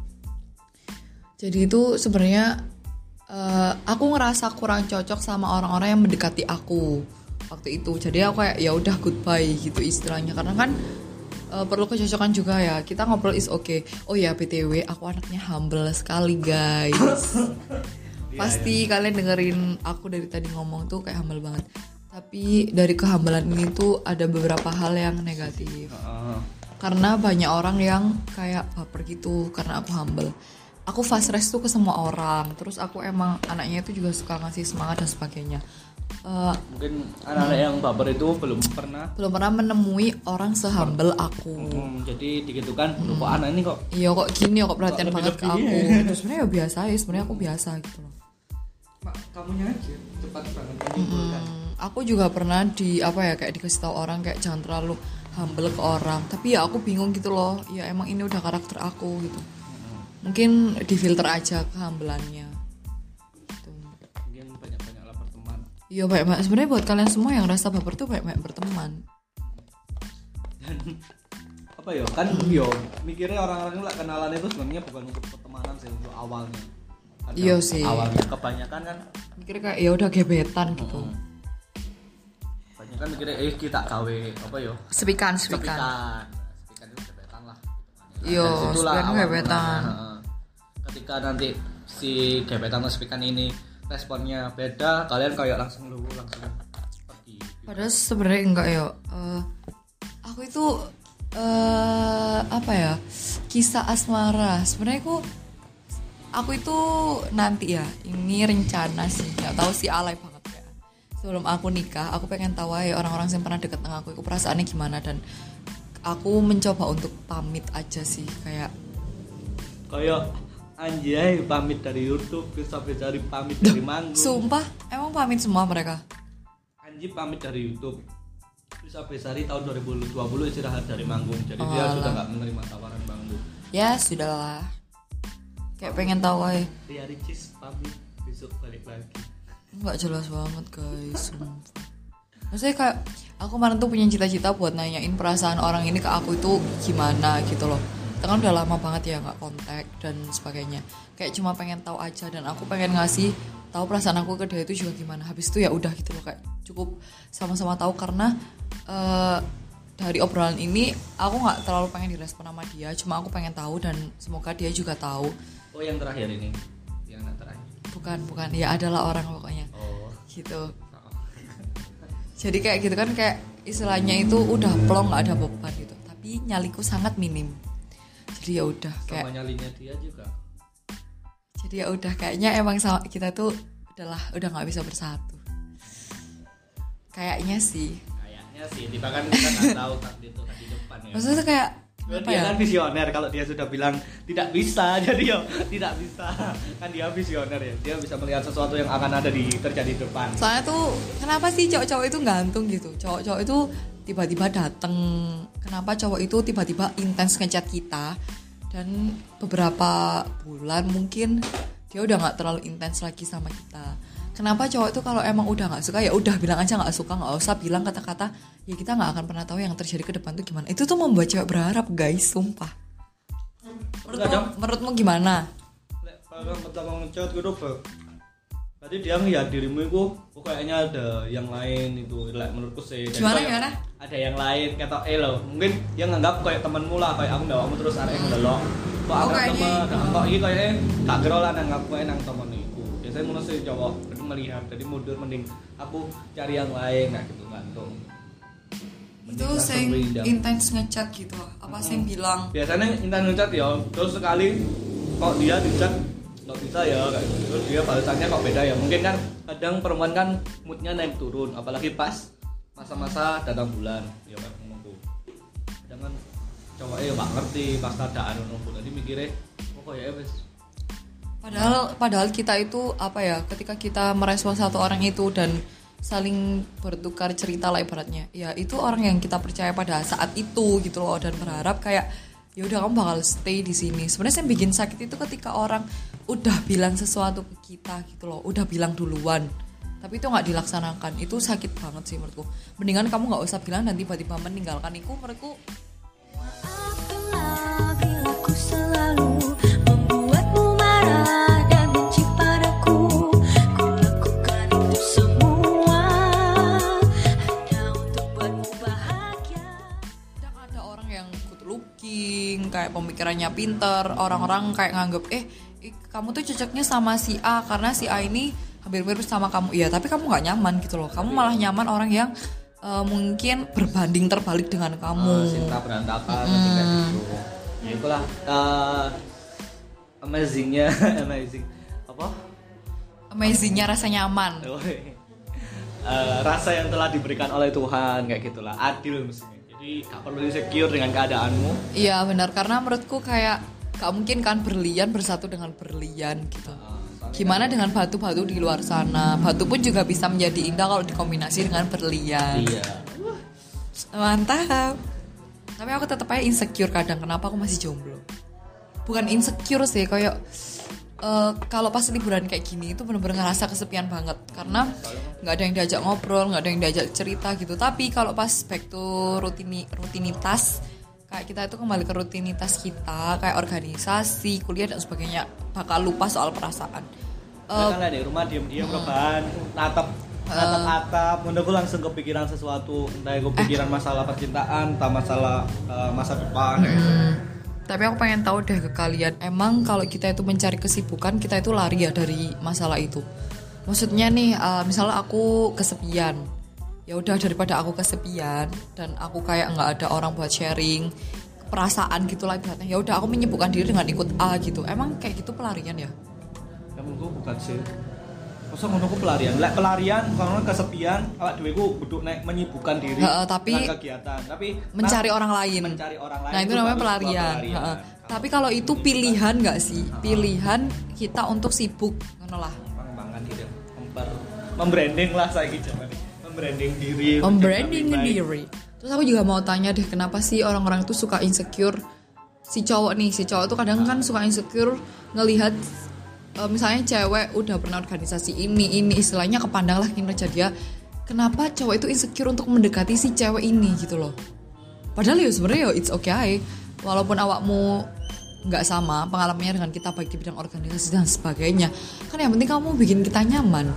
Jadi itu sebenarnya uh, aku ngerasa kurang cocok sama orang-orang yang mendekati aku waktu itu. Jadi aku kayak ya udah goodbye gitu istilahnya. Karena kan uh, perlu kecocokan juga ya. Kita ngobrol is okay. Oh ya B T W aku anaknya humble sekali guys. Pasti ya, ya. Kalian dengerin aku dari tadi ngomong tuh kayak humble banget. Tapi dari kehambalan ini tuh ada beberapa hal yang negatif. Uh. Karena banyak orang yang kayak baper gitu karena aku humble. Aku fast rest tuh ke semua orang. Terus aku emang anaknya itu juga suka ngasih semangat dan sebagainya. Uh, Mungkin anak-anak hmm. yang baper itu belum pernah belum pernah menemui orang sehumble aku. Hmm, jadi gitu kan, hmm. kok anak ini kok iya kok gini kok perhatian kok banget ke aku. Itu sebenarnya ya biasa ya, sebenarnya aku biasa gitu loh. Mak, kamunya aja cepat banget menyimpulkan. Hmm, aku juga pernah di apa ya kayak dikasih tahu orang kayak jangan terlalu humble ke orang. Tapi ya aku bingung gitu loh. Ya emang ini udah karakter aku gitu. Hmm. Mungkin difilter aja kehambelannya. Iya baik-baik. Sebenarnya buat kalian semua yang rasa baper tuh baik-baik berteman. Dan apa ya kan hmm. yo mikirnya orang-orang lah kenalan itu sebenarnya bukan untuk pertemanan sih, untuk awalnya. Iya sih. Awalnya kebanyakan kan mikirnya kayak ya udah gebetan gitu. Hmm. Kebanyakan mikirnya eh kita gawe apa yo? Sepikan, sepikan. Sepikan. Sepikan itu gebetan lah. Iya, sepikan gebetan. Nah, ketika nanti si gebetan atau sepikan ini responnya beda, kalian kayak langsung lu langsung pergi. Padahal sebenarnya enggak ya. Uh, aku Aku itu eh apa ya? Kisah asmara. Sebenarnya aku aku itu nanti ya, ini rencana sih. Nggak tahu sih, alay banget ya. Sebelum aku nikah, aku pengen tahu ya orang-orang yang pernah deket dengan aku, itu perasaannya gimana, dan aku mencoba untuk pamit aja sih, kayak Kayak anjay pamit dari YouTube terus sampai cari pamit dari manggung. sumpah emang pamit semua mereka. Anji pamit dari YouTube. Terus sampai Sari tahun dua ribu dua puluh istirahat dari manggung. Jadi Oh, dia alah. sudah nggak menerima tawaran manggung. Ya sudahlah. Kayak pengen tahu aja. Ria Ricis pamit besok balik lagi. Nggak jelas banget guys, sumpah. Maksudnya kayak aku kemarin tuh punya cita-cita buat nanyain perasaan orang ini ke aku itu gimana gitu loh. Kita kan udah lama banget ya nggak kontak dan sebagainya. Kayak cuma pengen tahu aja, dan aku pengen ngasih tahu perasaan aku ke dia itu juga gimana. Habis itu ya udah gitu loh, kayak cukup sama-sama tahu, karena eh, dari obrolan ini aku nggak terlalu pengen direspon sama dia. Cuma aku pengen tahu dan semoga dia juga tahu. Oh yang terakhir ini, yang terakhir. Bukan bukan ya, adalah orang pokoknya Oh. gitu. Jadi kayak gitu kan, kayak istilahnya itu udah plong, nggak ada beban gitu. Tapi nyaliku sangat minim. Jadi ya udah kayak. Sama nyalinya dia juga. Jadi ya udah kayaknya emang sama kita tuh udahlah udah nggak bisa bersatu. Kayaknya sih. Kayaknya sih, bahkan kita nggak tahu takdir Tuhan di depan ya. Maksudnya tuh kayak apa Dia ya? kan visioner, kalau dia sudah bilang tidak bisa, jadi ya tidak bisa. Kan dia visioner ya, dia bisa melihat sesuatu yang akan ada di terjadi di depan. Soalnya tuh kenapa sih cowok-cowok itu gantung gitu? Cowok-cowok itu tiba-tiba dateng. Kenapa cowok itu tiba-tiba intens ngechat kita, dan beberapa bulan mungkin dia udah nggak terlalu intens lagi sama kita. Kenapa cowok itu kalau emang udah nggak suka ya udah bilang aja nggak suka, nggak usah bilang kata-kata ya kita nggak akan pernah tahu yang terjadi ke depan tuh gimana. Itu tuh membuat cewek berharap guys, sumpah. Menurutmu, Kadang- menurutmu gimana? Lek kalau pertama ngechat gitu, Bang. Berarti dia ngeliat dirimu itu oh, kayaknya ada yang lain itu, like, menurutku sih. Jadi Gimana, kayak gimana? Ada yang lain ketok eh lo. Mungkin dia nganggap kayak temenmu lah, kayak aku ndawakmu terus arek ndelok. Kok Oh, ada kayaknya temen, itu. nah, kok iki kayaknya gak gero lah nanggap kowe nang temen iku. Biasanya ngono sih cowok, jadi melihat, jadi mundur mending aku cari yang lain kayak gitu gantung. Itu sing intens ngechat gitu. Apa sih yang bilang? Biasanya intan ngechat ya, terus sekali kok dia ngechat nggak bisa ya kayak gitu. Terus dia balasannya kok beda ya. Mungkin kan kadang perempuan kan moodnya naik turun, apalagi pas masa-masa datang bulan ya kayak menunggu. Jangan cowoknya ya nggak ngerti pas keadaan menunggu. Tadi mikirnya oh kok ya wes. Padahal padahal kita itu apa ya, ketika kita merespon satu orang itu dan saling bertukar cerita lah ibaratnya, ya itu orang yang kita percaya pada saat itu gitu loh, dan berharap kayak ya udah kamu bakal stay di sini. Sebenarnya yang bikin sakit itu ketika orang udah bilang sesuatu ke kita gitu loh, udah bilang duluan tapi itu nggak dilaksanakan. Itu sakit banget sih menurutku. Mendingan kamu nggak usah bilang dan tiba-tiba meninggalkan. Itu menurutku Maafkanlah bila ku selalu membuatmu marah dan benci padaku. Ku lakukan itu semua hanya untuk buatmu bahagia. kadang ada orang yang good looking, kayak pemikirannya pinter, orang-orang kayak nganggep eh, eh, kamu tuh cocoknya sama si A karena si A ini hampir mirip sama kamu. Iya, tapi kamu nggak nyaman gitu loh. Kamu malah nyaman orang yang eh, mungkin berbanding terbalik dengan kamu. Oh, cinta berantakan hmm. kayak gitu. Ya itulah uh, amazingnya amazing apa? Amazingnya rasa nyaman. Uh, rasa yang telah diberikan oleh Tuhan kayak gitulah, adil mestinya. Jadi gak perlu insecure dengan keadaanmu. Iya benar, karena menurutku kayak gak mungkin kan berlian bersatu dengan berlian gitu. Gimana dengan batu-batu di luar sana? Batu pun juga bisa menjadi indah kalau dikombinasi dengan berlian. Iya. Mantap. Tapi aku tetap aja insecure kadang. Kenapa aku masih jomblo? Bukan insecure sih, kayak uh, kalau pas liburan kayak gini itu bener-bener ngerasa kesepian banget karena nggak ada yang diajak ngobrol, nggak ada yang diajak cerita gitu. Tapi kalau pas back to rutini, rutinitas, kayak kita itu kembali ke rutinitas kita, kayak organisasi, kuliah dan sebagainya, bakal lupa soal perasaan. Uh, Uh, kan lah di rumah diam-diam rebahan, natap natap atap, menurutku langsung kepikiran sesuatu, entah itu kepikiran masalah percintaan, entah masalah uh, masa depan kayak gitu. Hmm, tapi aku pengen tahu deh ke kalian, emang kalau kita itu mencari kesibukan, kita itu lari ya dari masalah itu? Maksudnya nih, uh, misalnya aku kesepian, ya udah daripada aku kesepian dan aku kayak nggak ada orang buat sharing perasaan gitu lah ibaratnya, ya udah aku menyibukkan diri dengan ikut A gitu. Emang kayak gitu pelarian ya? Ya menurutku bukan sih. Masa menurutku pelarian. Lek pelarian karena kesepian, awak dhewe ku kudu nek menyibukkan diri Heeh, tapi dengan kegiatan, tapi mencari nah, orang lain. Mencari orang lain. Nah, itu namanya pelarian. Heeh. Tapi kalau itu pilihan nggak sih? Pilihan kita untuk sibuk, ngono lah. Pengembangan diri, memper membranding lah saya gitu. Membranding diri. Membranding diri. Terus aku juga mau tanya deh, kenapa sih orang-orang tuh suka insecure? Si cowok nih, si cowok tuh kadang kan suka insecure ngelihat uh, misalnya cewek udah pernah organisasi ini, ini istilahnya kepandang lah kinerja dia. Kenapa cowok itu insecure untuk mendekati si cewek ini gitu loh? Padahal ya sebenarnya ya it's okay. Walaupun awakmu nggak sama pengalamannya dengan kita baik di bidang organisasi dan sebagainya, kan yang penting kamu bikin kita nyaman.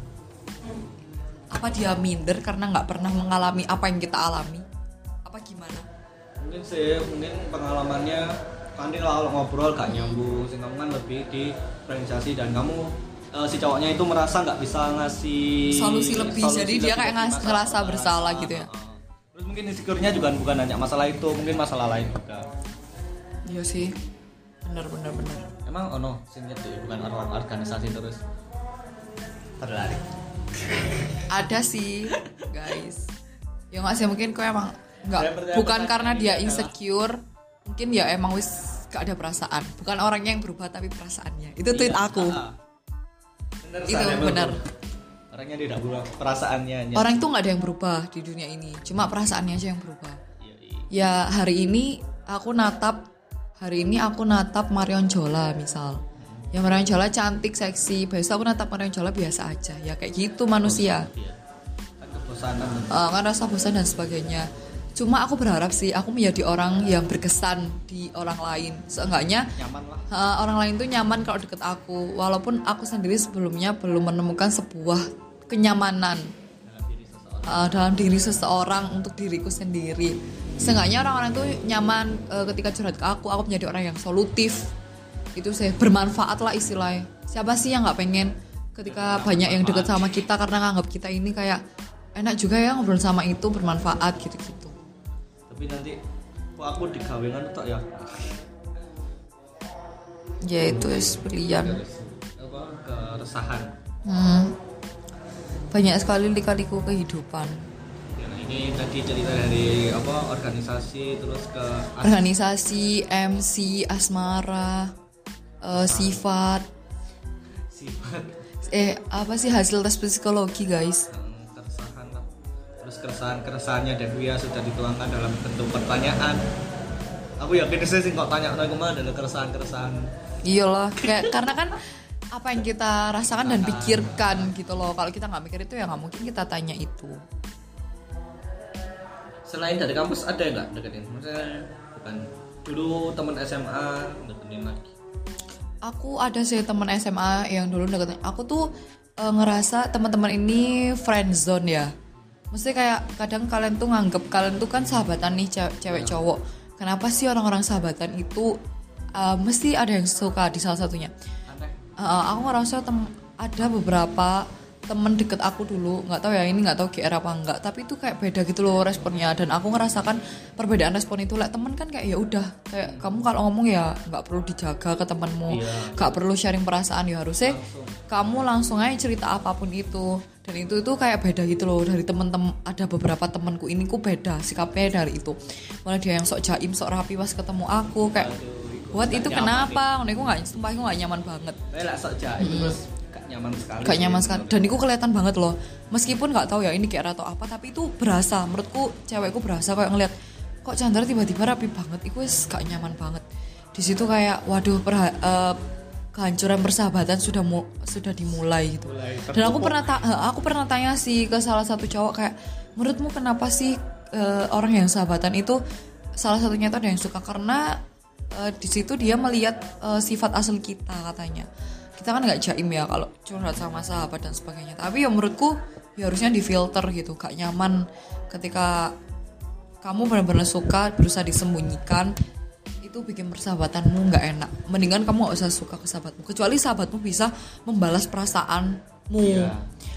Apa dia minder karena nggak pernah mengalami apa yang kita alami? Apa gimana? Mungkin sih, mungkin pengalamannya nanti kalau ngobrol gak nyambung, sih kamu kan lebih di organisasi dan kamu uh, si cowoknya itu merasa nggak bisa ngasih Solusi lebih, solusi jadi dia lebih kayak bagi ngas- masalah- ngerasa bersalah gitu ya. Uh, uh. Terus mungkin insecure-nya juga bukan hanya masalah itu, mungkin masalah lain juga. Iya sih, benar benar benar. Emang ono sing nyedek bukan orang organisasi terus terlari. Ada sih guys, ya nggak sih, mungkin kok emang nggak, Saya percaya bukan percaya karena ini dia adalah- insecure, mungkin ya emang wis gak ada perasaan, bukan orangnya yang berubah tapi perasaannya. Itu tweet Iya, aku. ah, ah. Bener, Itu saya benar. Orangnya tidak berubah, perasaannya hanya. Orang itu nggak ada yang berubah di dunia ini, cuma perasaannya aja yang berubah. Iya, iya. Ya hari ini aku natap, hari ini aku natap Marion Jola misal. Ya Marion Jola cantik, seksi. Besok aku natap Marion Jola biasa aja. Ya kayak gitu manusia. Iya. Kan kebosanan. Uh, kan rasa bosan dan sebagainya. Cuma aku berharap sih aku menjadi orang yang berkesan di orang lain. Seenggaknya Nyaman lah. uh, orang lain tuh nyaman kalau deket aku. Walaupun aku sendiri sebelumnya belum menemukan sebuah kenyamanan Dalam diri seseorang. uh, dalam diri seseorang untuk diriku sendiri. Seenggaknya orang-orang tuh nyaman uh, ketika curhat ke aku. Aku menjadi orang yang solutif. Itu sih bermanfaat lah istilahnya. Siapa sih yang nggak pengen ketika banyak yang deket sama kita karena nganggap kita ini kayak enak juga ya ngobrol sama itu, bermanfaat gitu-gitu. Tapi nanti kok aku digawengan tok ya. Ya itu es pilihan. Apa keresahan. Hmm. Banyak sekali lika-liku kehidupan. Ya, nah ini tadi cerita dari apa organisasi terus ke as- Organisasi, M C, asmara, eh, sifat. sifat Eh apa sih hasil tes psikologi guys? yang keresahan lah. Terus keresahan-keresahannya Devia sudah dituangkan dalam bentuk pertanyaan. Aku yakin sih sih kok tanya aku mah adalah keresahan-keresahan. Iyalah, kayak karena kan apa yang kita rasakan dan pikirkan gitu loh. Kalau kita nggak mikir itu ya nggak mungkin kita tanya itu. Selain dari kampus ada nggak deketin? Maksudnya bukan dulu teman S M A deketin lagi. Aku ada sih teman S M A yang dulu deketin. Aku tuh e, ngerasa teman-teman ini friend zone ya. Mesti kayak kadang kalian tuh nganggep kalian tuh kan sahabatan nih ce- cewek cowok. Kenapa sih orang-orang sahabatan itu uh, mesti ada yang suka di salah satunya? Aneh. Uh, aku ngerasa tem- ada beberapa temen deket aku dulu, nggak tahu ya ini nggak tahu G R apa enggak, tapi itu kayak beda gitu loh responnya, dan aku ngerasakan perbedaan respon itu. Lah temen kan kayak ya udah kayak kamu kalau ngomong ya nggak perlu dijaga ke temenmu, nggak Iya. perlu sharing perasaan, ya harusnya kamu langsung aja cerita apapun itu. Dan itu itu kayak beda gitu loh dari temen-temen. Ada beberapa temenku ini ku beda sikapnya dari itu, malah dia yang sok jaim sok rapi pas ketemu aku kayak buat itu kenapa? Aku nggak, sumpah aku nggak nyaman banget. Saya lah sok jaim terus gak nyaman sekali. Gak nyaman sekali. Dan itu kelihatan banget loh. Meskipun nggak tahu ya ini kayak atau apa, tapi itu berasa. Menurutku cewekku berasa kayak ngeliat kok Chandra tiba-tiba rapi banget. Itu wis gak nyaman banget. Di situ kayak waduh perha- uh, kehancuran persahabatan sudah mu- sudah dimulai gitu. Mulai Dan aku pernah ta- aku pernah tanya sih ke salah satu cowok kayak menurutmu kenapa sih uh, orang yang sahabatan itu salah satunya itu ada yang suka karena uh, di situ dia melihat uh, sifat asli kita katanya. Kita kan nggak jaim ya kalau curhat sama sahabat dan sebagainya. Tapi ya menurutku ya harusnya difilter gitu. Gak nyaman ketika kamu benar-benar suka berusaha disembunyikan. Itu bikin persahabatanmu nggak enak. Mendingan kamu nggak usah suka ke sahabatmu. Kecuali sahabatmu bisa membalas perasaanmu. Iya.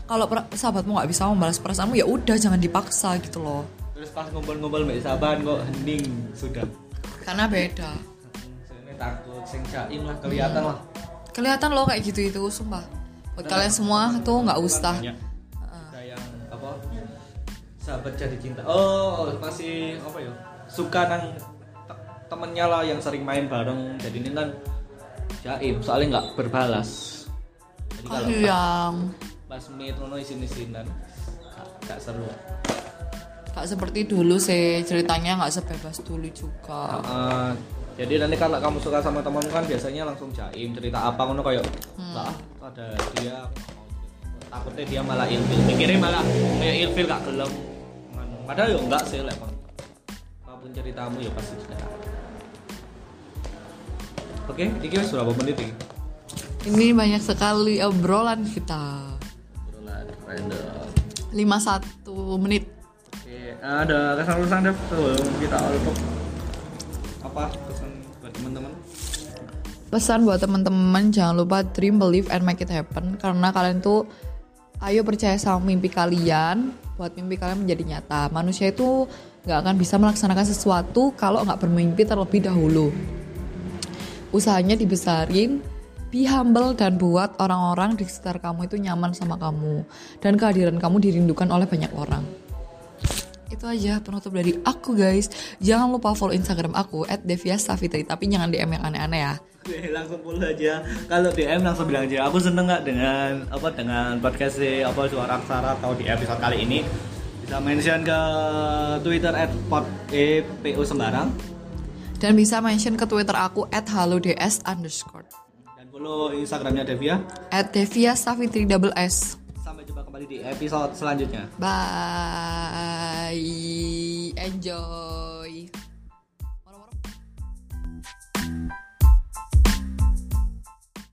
kalau per- sahabatmu nggak bisa membalas perasaanmu ya udah jangan dipaksa gitu loh. Terus pas ngumpul-ngumpul mbak sahabat kok hening sudah. Karena beda. Saya takut sing jaim lah kelihatan lah. Kelihatan loh kayak gitu itu sumpah. Buat kalian semua tuh nggak usah. Banyak. Ada yang apa? Sahabat jadi cinta. Oh, masih apa ya? Suka nang te- temennya lah yang sering main bareng. Jadi ini kan jaim, soalnya nggak berbalas. Jadi kalau pas, Yang pas meet ngono isin-isinan gak, gak seru. gak seperti dulu sih ceritanya nggak sebebas dulu juga. Uh, jadi nanti kalau kamu suka sama temanmu kan biasanya langsung jaim cerita apa ngono kayak Hmm. lah ada dia aku nggak mau cerita. Takutnya dia malah ilfil mikirnya malah kayak ilfil gak gelem ngono. Padahal ya enggak sih lek apapun ceritamu ya pasti sudah. Oke, iki wis berapa menit iki? Ini banyak sekali obrolan kita. Obrolan random. lima puluh satu menit. Oke, ada kesan-kesan deh sebelum kita untuk apa pesan buat teman-teman? Pesan buat teman-teman jangan lupa dream, believe and make it happen karena kalian tuh ayo percaya sama mimpi kalian buat mimpi kalian menjadi nyata. Manusia itu nggak akan bisa melaksanakan sesuatu kalau nggak bermimpi terlebih dahulu. Usahanya dibesarin, be humble dan buat orang-orang di sekitar kamu itu nyaman sama kamu dan kehadiran kamu dirindukan oleh banyak orang. Itu aja penutup dari aku guys. Jangan lupa follow Instagram aku at deviasavitri tapi jangan D M yang aneh-aneh ya. Oke, langsung follow aja. Kalau D M langsung bilang aja. Aku seneng nggak dengan apa dengan podcast apa suara aksara atau di episode kali ini bisa mention ke Twitter at pod e p o sembarang Dan bisa mention ke Twitter aku at halods underscore dan follow Instagramnya Devia. at deviasavitri double s. Sampai jumpa kembali di episode selanjutnya. Bye. Enjoy.